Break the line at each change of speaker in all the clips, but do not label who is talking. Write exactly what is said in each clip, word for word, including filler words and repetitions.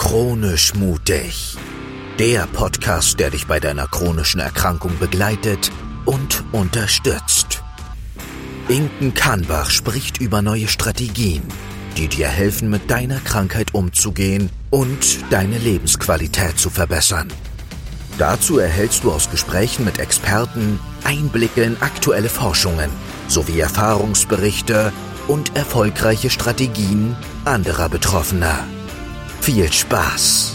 Chronisch mutig. Der Podcast, der dich bei deiner chronischen Erkrankung begleitet und unterstützt. Inken Kannbach spricht über neue Strategien, die dir helfen, mit deiner Krankheit umzugehen und deine Lebensqualität zu verbessern. Dazu erhältst du aus Gesprächen mit Experten Einblicke in aktuelle Forschungen sowie Erfahrungsberichte und erfolgreiche Strategien anderer Betroffener. Viel Spaß!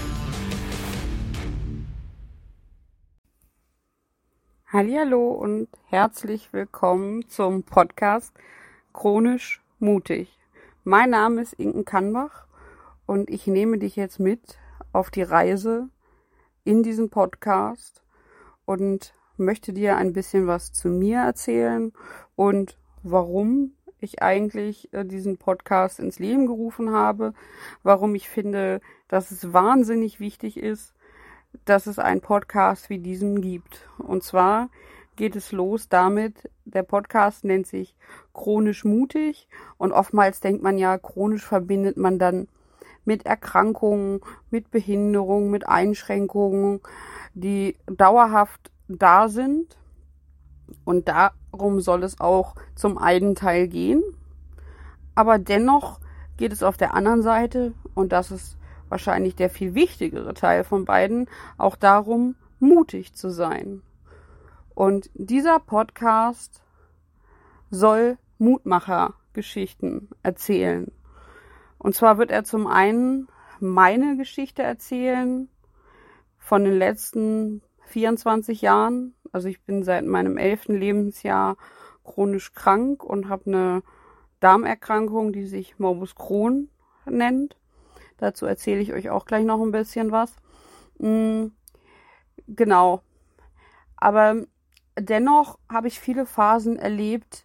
Hallihallo und herzlich willkommen zum Podcast Chronisch mutig. Mein Name ist Inken Kannbach und ich nehme dich jetzt mit auf die Reise in diesem Podcast und möchte dir ein bisschen was zu mir erzählen und warum ich eigentlich äh, diesen Podcast ins Leben gerufen habe, warum ich finde, dass es wahnsinnig wichtig ist, dass es einen Podcast wie diesen gibt. Und zwar geht es los damit, der Podcast nennt sich Chronisch mutig und oftmals denkt man ja, chronisch verbindet man dann mit Erkrankungen, mit Behinderungen, mit Einschränkungen, die dauerhaft da sind. Und darum soll es auch zum einen Teil gehen. Aber dennoch geht es auf der anderen Seite, und das ist wahrscheinlich der viel wichtigere Teil von beiden, auch darum, mutig zu sein. Und dieser Podcast soll Mutmacher-Geschichten erzählen. Und zwar wird er zum einen meine Geschichte erzählen von den letzten vierundzwanzig Jahren. Also ich bin seit meinem elften Lebensjahr chronisch krank und habe eine Darmerkrankung, die sich Morbus Crohn nennt. Dazu erzähle ich euch auch gleich noch ein bisschen was. Mhm, genau. Aber dennoch habe ich viele Phasen erlebt,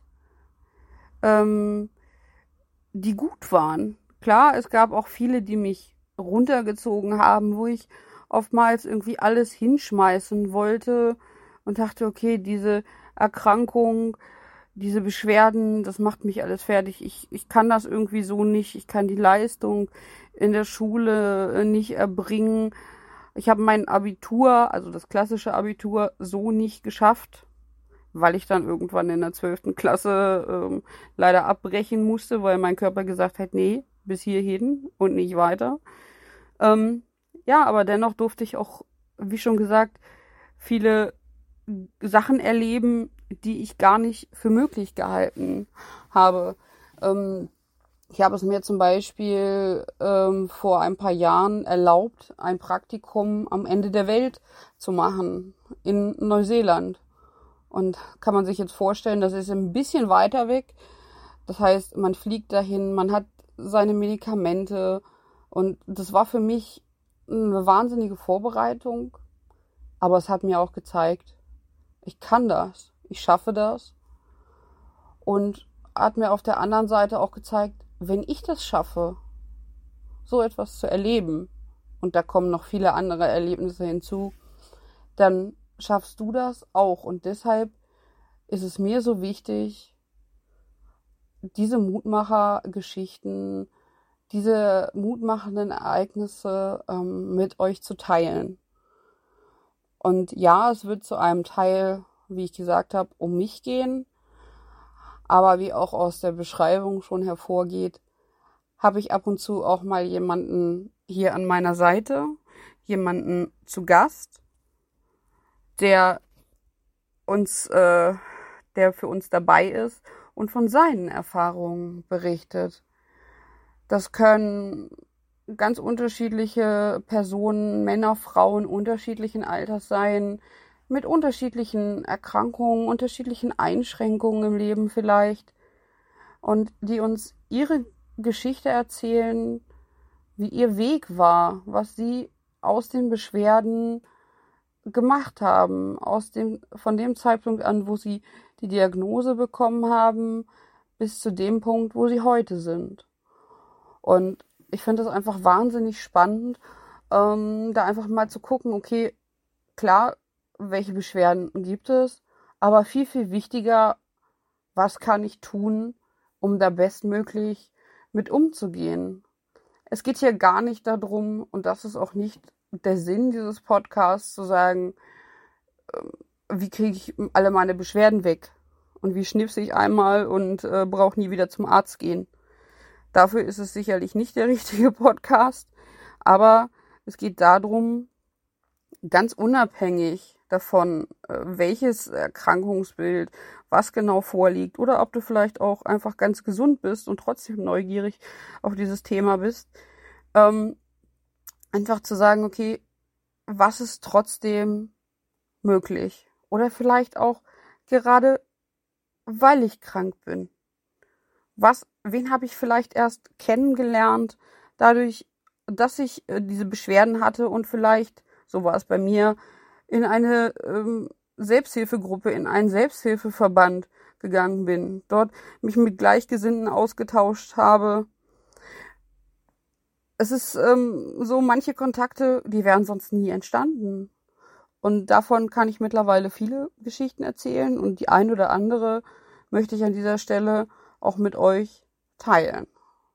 ähm, die gut waren. Klar, es gab auch viele, die mich runtergezogen haben, wo ich oftmals irgendwie alles hinschmeißen wollte und dachte, okay, diese Erkrankung, diese Beschwerden, das macht mich alles fertig. Ich, ich kann das irgendwie so nicht. Ich kann die Leistung in der Schule nicht erbringen. Ich habe mein Abitur, also das klassische Abitur, so nicht geschafft, weil ich dann irgendwann in der zwölften Klasse ähm, leider abbrechen musste, weil mein Körper gesagt hat, nee, bis hierhin und nicht weiter. Ähm, ja, aber dennoch durfte ich auch, wie schon gesagt, viele Sachen erleben, die ich gar nicht für möglich gehalten habe. Ähm, ich habe es mir zum Beispiel ähm, vor ein paar Jahren erlaubt, ein Praktikum am Ende der Welt zu machen in Neuseeland. Und kann man sich jetzt vorstellen, das ist ein bisschen weiter weg. Das heißt, man fliegt dahin, man hat seine Medikamente und das war für mich eine wahnsinnige Vorbereitung. Aber es hat mir auch gezeigt, ich kann das, ich schaffe das und hat mir auf der anderen Seite auch gezeigt, wenn ich das schaffe, so etwas zu erleben, und da kommen noch viele andere Erlebnisse hinzu, dann schaffst du das auch. Und deshalb ist es mir so wichtig, diese Mutmacher-Geschichten, diese mutmachenden Ereignisse ähm, mit euch zu teilen. Und ja, es wird zu einem Teil, wie ich gesagt habe, um mich gehen. Aber wie auch aus der Beschreibung schon hervorgeht, habe ich ab und zu auch mal jemanden hier an meiner Seite, jemanden zu Gast, der uns, äh, der für uns dabei ist und von seinen Erfahrungen berichtet. Das können ganz unterschiedliche Personen, Männer, Frauen unterschiedlichen Alters sein, mit unterschiedlichen Erkrankungen, unterschiedlichen Einschränkungen im Leben vielleicht, und die uns ihre Geschichte erzählen, wie ihr Weg war, was sie aus den Beschwerden gemacht haben, aus dem, von dem Zeitpunkt an, wo sie die Diagnose bekommen haben, bis zu dem Punkt, wo sie heute sind. Und ich finde das einfach wahnsinnig spannend, ähm, da einfach mal zu gucken, okay, klar, welche Beschwerden gibt es, aber viel, viel wichtiger, was kann ich tun, um da bestmöglich mit umzugehen. Es geht hier gar nicht darum, und das ist auch nicht der Sinn dieses Podcasts, zu sagen, wie kriege ich alle meine Beschwerden weg und wie schnipse ich einmal und äh, brauche nie wieder zum Arzt gehen. Dafür ist es sicherlich nicht der richtige Podcast, aber es geht darum, ganz unabhängig davon, äh, welches Erkrankungsbild, was genau vorliegt oder ob du vielleicht auch einfach ganz gesund bist und trotzdem neugierig auf dieses Thema bist, ähm, einfach zu sagen, okay, was ist trotzdem möglich? Oder vielleicht auch gerade, weil ich krank bin. Was, wen habe ich vielleicht erst kennengelernt, dadurch, dass ich äh, diese Beschwerden hatte und vielleicht, so war es bei mir, in eine ähm, Selbsthilfegruppe, in einen Selbsthilfeverband gegangen bin, dort mich mit Gleichgesinnten ausgetauscht habe. Es ist ähm, so, manche Kontakte, die wären sonst nie entstanden. Und davon kann ich mittlerweile viele Geschichten erzählen und die ein oder andere möchte ich an dieser Stelle auch mit euch teilen.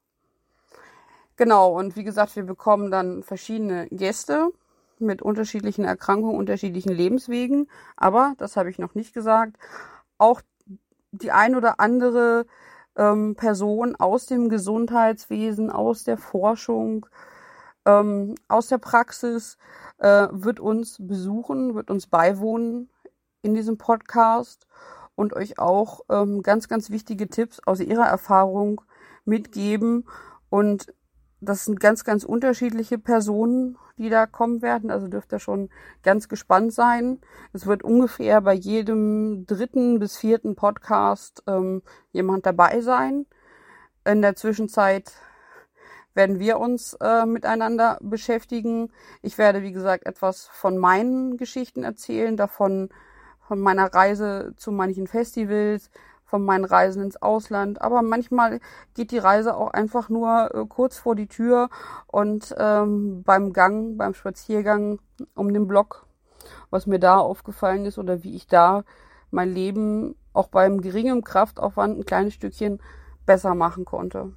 Genau, und wie gesagt, wir bekommen dann verschiedene Gäste mit unterschiedlichen Erkrankungen, unterschiedlichen Lebenswegen. Aber, das habe ich noch nicht gesagt, auch die ein oder andere ähm, Person aus dem Gesundheitswesen, aus der Forschung, ähm, aus der Praxis äh, wird uns besuchen, wird uns beiwohnen in diesem Podcast und euch auch ähm, ganz, ganz wichtige Tipps aus ihrer Erfahrung mitgeben. Und das sind ganz, ganz unterschiedliche Personen, die da kommen werden. Also dürft ihr schon ganz gespannt sein. Es wird ungefähr bei jedem dritten bis vierten Podcast ähm, jemand dabei sein. In der Zwischenzeit werden wir uns äh, miteinander beschäftigen. Ich werde, wie gesagt, etwas von meinen Geschichten erzählen, davon von meiner Reise zu manchen Festivals, von meinen Reisen ins Ausland. Aber manchmal geht die Reise auch einfach nur äh, kurz vor die Tür und ähm, beim Gang, beim Spaziergang um den Block, was mir da aufgefallen ist oder wie ich da mein Leben auch beim geringen Kraftaufwand ein kleines Stückchen besser machen konnte.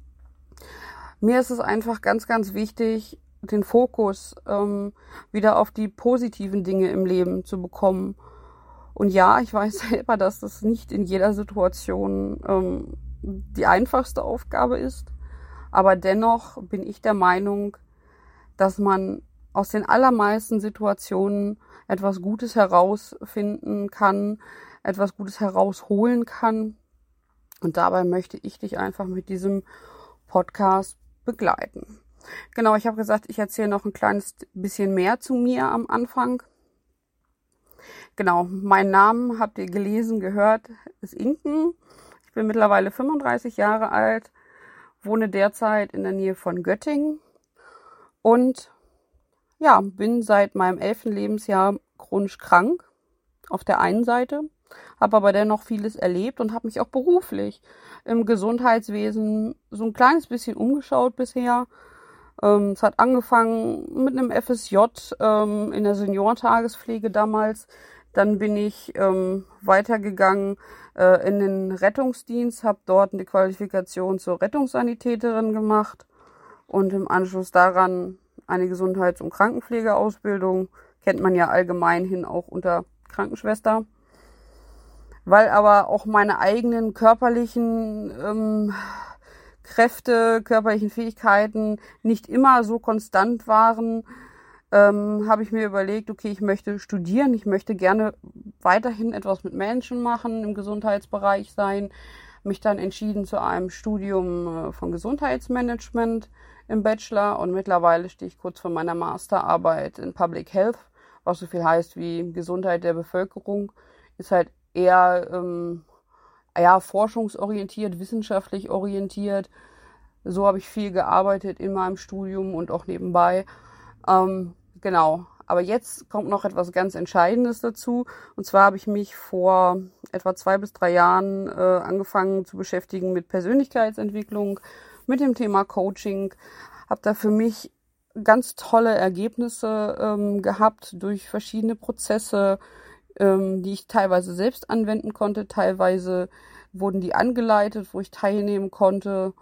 Mir ist es einfach ganz, ganz wichtig, den Fokus ähm, wieder auf die positiven Dinge im Leben zu bekommen. Und ja, ich weiß selber, dass das nicht in jeder Situation ähm, die einfachste Aufgabe ist. Aber dennoch bin ich der Meinung, dass man aus den allermeisten Situationen etwas Gutes herausfinden kann, etwas Gutes herausholen kann. Und dabei möchte ich dich einfach mit diesem Podcast begleiten. Genau, ich habe gesagt, ich erzähle noch ein kleines bisschen mehr zu mir am Anfang. Genau, meinen Namen habt ihr gelesen, gehört, ist Inken. Ich bin mittlerweile fünfunddreißig Jahre alt, wohne derzeit in der Nähe von Göttingen und ja, bin seit meinem elften Lebensjahr chronisch krank auf der einen Seite, habe aber dennoch vieles erlebt und habe mich auch beruflich im Gesundheitswesen so ein kleines bisschen umgeschaut bisher. Ähm, es hat angefangen mit einem F S J ähm, in der Seniorentagespflege damals. Dann bin ich ähm, weitergegangen äh, in den Rettungsdienst, habe dort eine Qualifikation zur Rettungssanitäterin gemacht und im Anschluss daran eine Gesundheits- und Krankenpflegeausbildung. Kennt man ja allgemein hin auch unter Krankenschwester. Weil aber auch meine eigenen körperlichen ähm, Kräfte, körperlichen Fähigkeiten nicht immer so konstant waren, ähm, habe ich mir überlegt, okay, ich möchte studieren, ich möchte gerne weiterhin etwas mit Menschen machen, im Gesundheitsbereich sein. Mich dann entschieden zu einem Studium von Gesundheitsmanagement im Bachelor und mittlerweile stehe ich kurz vor meiner Masterarbeit in Public Health, was so viel heißt wie Gesundheit der Bevölkerung, ist halt eher ähm, ja, forschungsorientiert, wissenschaftlich orientiert. So habe ich viel gearbeitet in meinem Studium und auch nebenbei. Ähm, genau. Aber jetzt kommt noch etwas ganz Entscheidendes dazu. Und zwar habe ich mich vor etwa zwei bis drei Jahren äh, angefangen zu beschäftigen mit Persönlichkeitsentwicklung, mit dem Thema Coaching. Habe da für mich ganz tolle Ergebnisse ähm, gehabt durch verschiedene Prozesse, ähm, die ich teilweise selbst anwenden konnte. Teilweise wurden die angeleitet, wo ich teilnehmen konnte.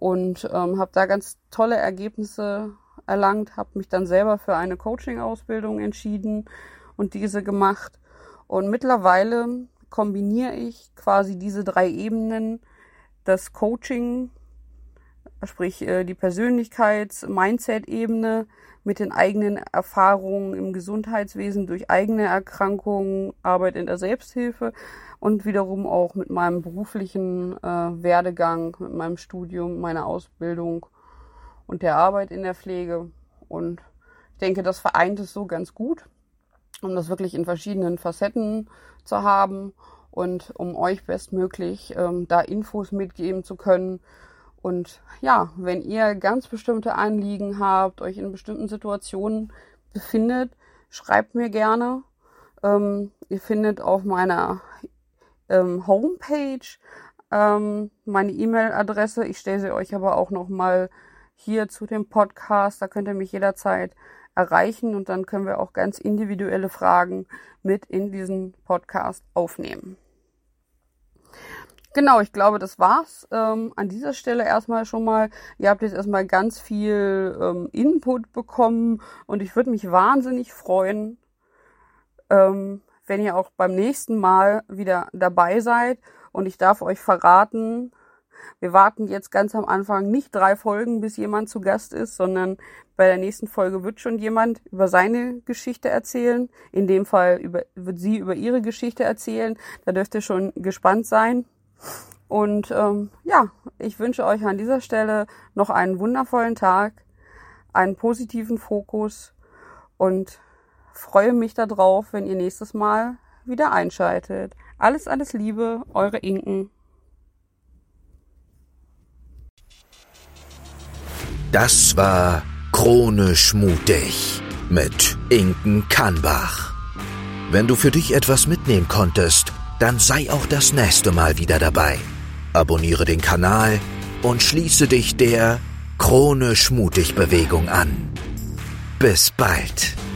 und ähm, habe da ganz tolle Ergebnisse erlangt, habe mich dann selber für eine Coaching-Ausbildung entschieden und diese gemacht. Und mittlerweile kombiniere ich quasi diese drei Ebenen, das Coaching, sprich die Persönlichkeits-Mindset-Ebene mit den eigenen Erfahrungen im Gesundheitswesen durch eigene Erkrankungen, Arbeit in der Selbsthilfe und wiederum auch mit meinem beruflichen äh, Werdegang, mit meinem Studium, meiner Ausbildung und der Arbeit in der Pflege. Und ich denke, das vereint es so ganz gut, um das wirklich in verschiedenen Facetten zu haben und um euch bestmöglich ähm, da Infos mitgeben zu können. Und ja, wenn ihr ganz bestimmte Anliegen habt, euch in bestimmten Situationen befindet, schreibt mir gerne. Ähm, ihr findet auf meiner ähm, Homepage ähm, meine E-Mail-Adresse. Ich stelle sie euch aber auch nochmal hier zu dem Podcast. Da könnt ihr mich jederzeit erreichen und dann können wir auch ganz individuelle Fragen mit in diesen Podcast aufnehmen. Genau, ich glaube, das war's ähm, an dieser Stelle erstmal schon mal. Ihr habt jetzt erstmal ganz viel ähm, Input bekommen und ich würde mich wahnsinnig freuen, ähm, wenn ihr auch beim nächsten Mal wieder dabei seid. Und ich darf euch verraten, wir warten jetzt ganz am Anfang nicht drei Folgen, bis jemand zu Gast ist, sondern bei der nächsten Folge wird schon jemand über seine Geschichte erzählen. In dem Fall über, wird sie über ihre Geschichte erzählen. Da dürft ihr schon gespannt sein. Und ähm, ja, ich wünsche euch an dieser Stelle noch einen wundervollen Tag, einen positiven Fokus und freue mich darauf, wenn ihr nächstes Mal wieder einschaltet. Alles, alles Liebe, eure Inken.
Das war Chronisch Mutig mit Inken Kannbach. Wenn du für dich etwas mitnehmen konntest, dann sei auch das nächste Mal wieder dabei. Abonniere den Kanal und schließe dich der Chronisch Mutig Bewegung an. Bis bald.